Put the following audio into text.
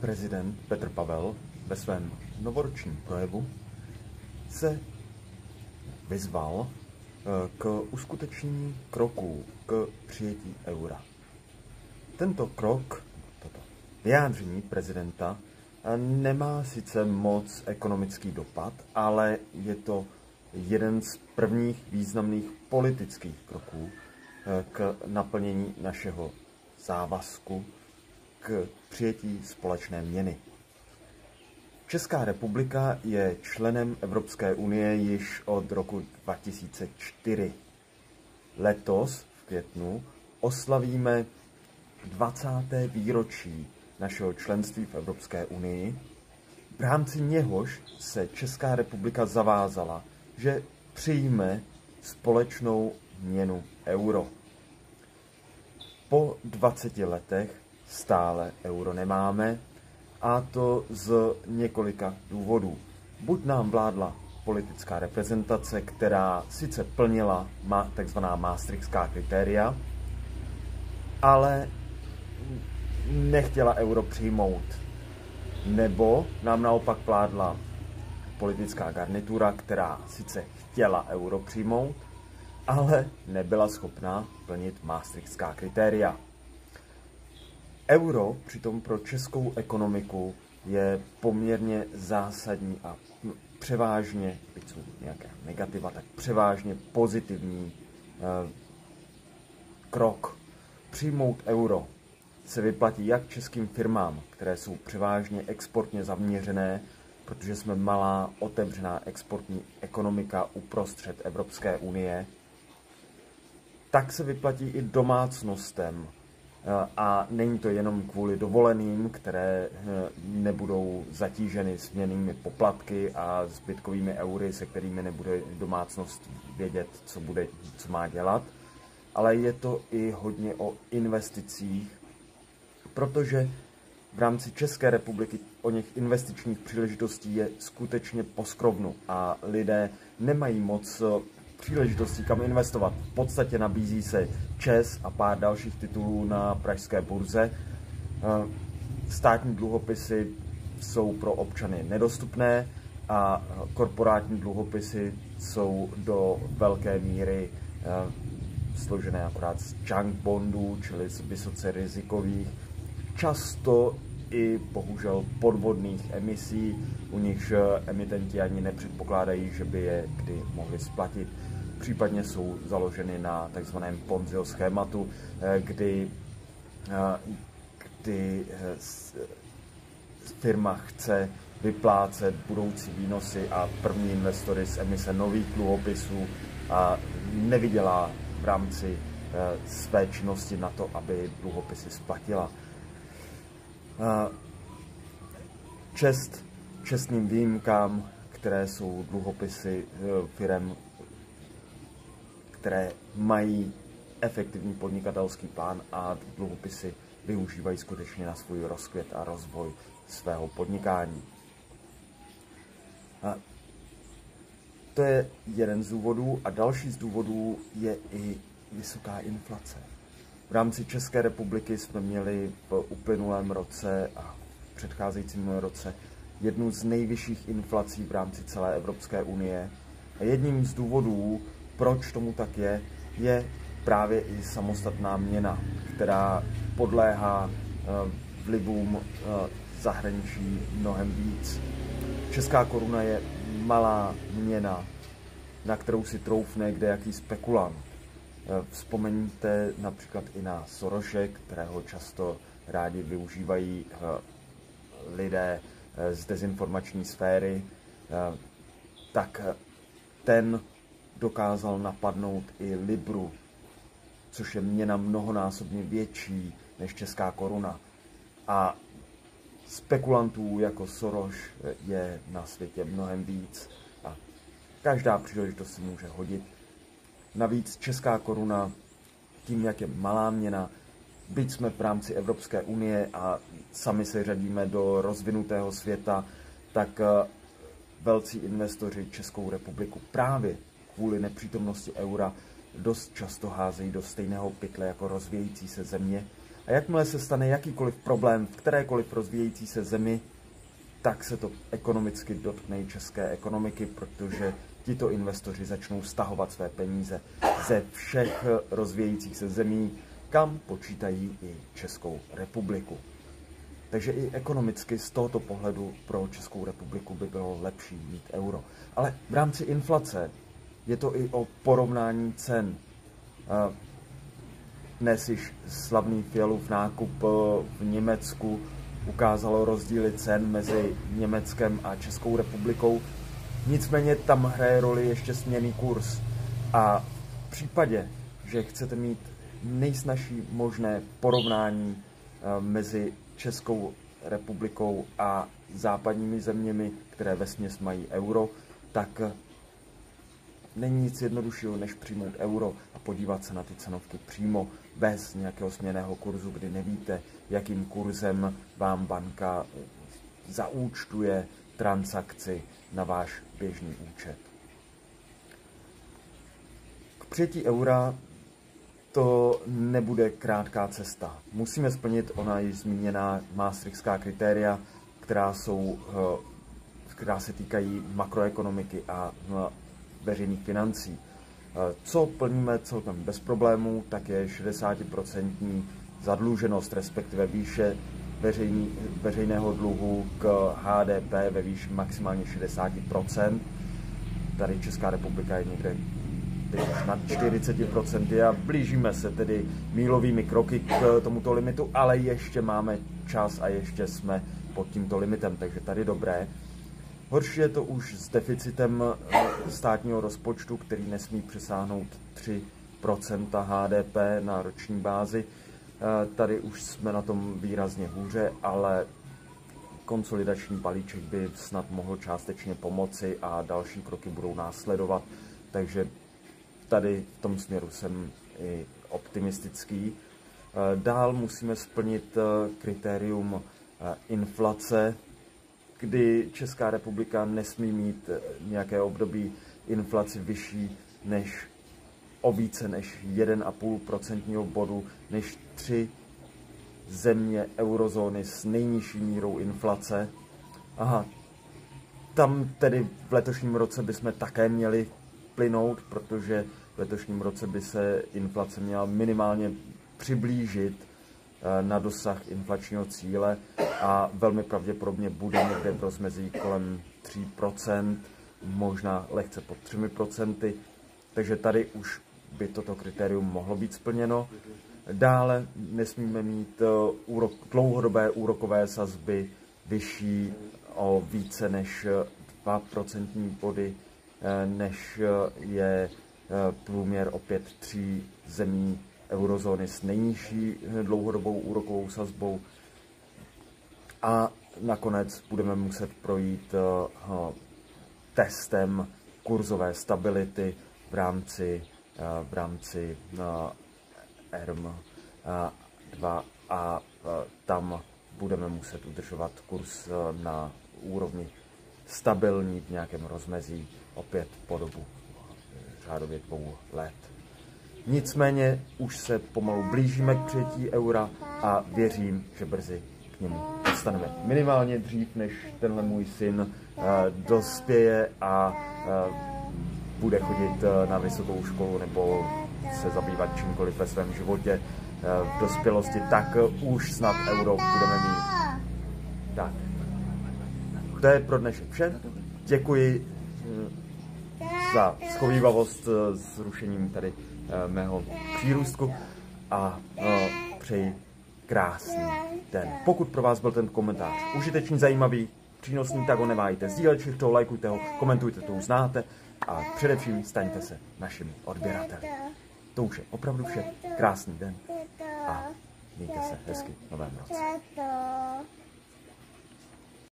prezident Petr Pavel ve svém novoročním projevu se vyzval k uskutečnění kroků k přijetí eura. Tento krok, toto vyjádření prezidenta nemá sice moc ekonomický dopad, ale je to jeden z prvních významných politických kroků k naplnění našeho závazku k přijetí společné měny. Česká republika je členem Evropské unie již od roku 2004. Letos v květnu oslavíme 20. výročí našeho členství v Evropské unii, v rámci něhož se Česká republika zavázala, že přijme společnou měnu euro. Po 20 letech stále euro nemáme, a to z několika důvodů. Buď nám vládla politická reprezentace, která sice plnila takzvaná maastrichtská kritéria, ale nechtěla euro přijmout. Nebo nám naopak vládla politická garnitura, která sice chtěla euro přijmout, ale nebyla schopná plnit maastrichtská kritéria. Euro přitom pro českou ekonomiku je poměrně zásadní a převážně, byť jsou nějaké negativa, tak převážně pozitivní krok. Přijmout euro se vyplatí jak českým firmám, které jsou převážně exportně zaměřené, protože jsme malá, otevřená exportní ekonomika uprostřed Evropské unie, tak se vyplatí i domácnostem. A není to jenom kvůli dovoleným, které nebudou zatíženy směnnými poplatky a zbytkovými eury, se kterými nebude domácnost vědět, co má dělat, ale je to i hodně o investicích, protože v rámci České republiky o něch investičních příležitostí je skutečně poskrovnu a lidé nemají moc příležitostí, kam investovat. V podstatě nabízí se ČEZ a pár dalších titulů na pražské burze. Státní dluhopisy jsou pro občany nedostupné a korporátní dluhopisy jsou do velké míry složené akorát z junk bondů, čili z vysoce rizikových, často i bohužel podvodných emisí, u nichž emitenti ani nepředpokládají, že by je kdy mohli splatit. Případně jsou založeny na takzvaném Ponziho schématu, kdy firma chce vyplácet budoucí výnosy a první investory z emise nových dluhopisů a nevydělá v rámci své činnosti na to, aby dluhopisy splatila. Čestným výjimkám, které jsou dluhopisy firem, které mají efektivní podnikatelský plán a dluhopisy využívají skutečně na svůj rozkvět a rozvoj svého podnikání. To je jeden z důvodů a další z důvodů je i vysoká inflace. V rámci České republiky jsme měli v uplynulém roce a v předcházejícím roce jednu z nejvyšších inflací v rámci celé Evropské unie. A jedním z důvodů, proč tomu tak je právě i samostatná měna, která podléhá vlivům zahraničí mnohem víc. Česká koruna je malá měna, na kterou si troufne kdejaký spekulant. Vzpomeňte například i na Sorose, kterého často rádi využívají lidé z dezinformační sféry, tak ten dokázal napadnout i Libru, což je měna mnohonásobně větší než česká koruna. A spekulantů jako Soros je na světě mnohem víc a každá příležitost si může hodit. Navíc česká koruna, tím jak je malá měna, byť jsme v rámci Evropské unie a sami se řadíme do rozvinutého světa, tak velcí investoři Českou republiku právě kvůli nepřítomnosti eura dost často házejí do stejného pytle jako rozvíjející se země A jakmile se stane jakýkoliv problém v kterékoliv rozvíjející se zemi, tak se to ekonomicky dotkne i české ekonomiky, protože tito investoři začnou stahovat své peníze ze všech rozvíjejících se zemí, kam počítají i Českou republiku. Takže i ekonomicky z tohoto pohledu pro Českou republiku by bylo lepší mít euro. Ale v rámci inflace je to i o porovnání cen. Dnes již slavný Fialův nákup v Německu ukázalo rozdíly cen mezi Německem a Českou republikou. Nicméně tam hraje roli ještě směnný kurz. A v případě, že chcete mít nejsnažší možné porovnání mezi Českou republikou a západními zeměmi, které vesměs mají euro, tak není nic jednoduššího, než přijmout euro a podívat se na ty cenovky přímo, bez nějakého směnného kurzu, kdy nevíte, jakým kurzem vám banka zaúčtuje transakci na váš běžný účet. K přijetí eura to nebude krátká cesta. Musíme splnit ona již zmíněná maastrichtská kritéria, která se týkají makroekonomiky a veřejných financí. Co plníme celkem bez problémů, tak je 60% zadluženost, respektive výše veřejného dluhu k HDP ve výši maximálně 60%. Tady Česká republika je někde už nad 40% a blížíme se tedy mílovými kroky k tomuto limitu, ale ještě máme čas a ještě jsme pod tímto limitem, takže tady dobré. Horší je to už s deficitem státního rozpočtu, který nesmí přesáhnout 3% HDP na roční bázi. Tady už jsme na tom výrazně hůře, ale konsolidační balíček by snad mohl částečně pomoci a další kroky budou následovat. Takže tady v tom směru jsem i optimistický. Dál musíme splnit kritérium inflace, kdy Česká republika nesmí mít nějaké období inflaci vyšší než o více než 1,5% bodu, než 3 země eurozóny s nejnižší mírou inflace. Aha, tam tedy v letošním roce bychom také měli plynout, protože v letošním roce by se inflace měla minimálně přiblížit na dosah inflačního cíle a velmi pravděpodobně bude někde v rozmezí kolem 3%, možná lehce pod 3%, takže tady už by toto kritérium mohlo být splněno. Dále nesmíme mít dlouhodobé úrokové sazby vyšší o více než 2% body, než je průměr opět 3 zemí eurozóny s nejnižší dlouhodobou úrokovou sazbou. A nakonec budeme muset projít testem kurzové stability v rámci ERM 2 a tam budeme muset udržovat kurz na úrovni stabilní v nějakém rozmezí opět po dobu řádově 2 let. Nicméně už se pomalu blížíme k přijetí eura a věřím, že brzy k němu dostaneme. Minimálně dřív, než tenhle můj syn dospěje a bude chodit na vysokou školu nebo se zabývat čímkoliv ve svém životě v dospělosti, tak už snad euro budeme mít. Tak. To je pro dnešek vše. Děkuji za schovívavost s rušením tady mého přírůstku a přeji krásný den. Pokud pro vás byl ten komentář užitečný, zajímavý, přínosný, tak ho neváhejte sdílet, to, lajkujte ho, komentujte, to uznáte a především staňte se našimi odběrateli. To už je opravdu vše. Krásný den a mějte se hezky v novém roce.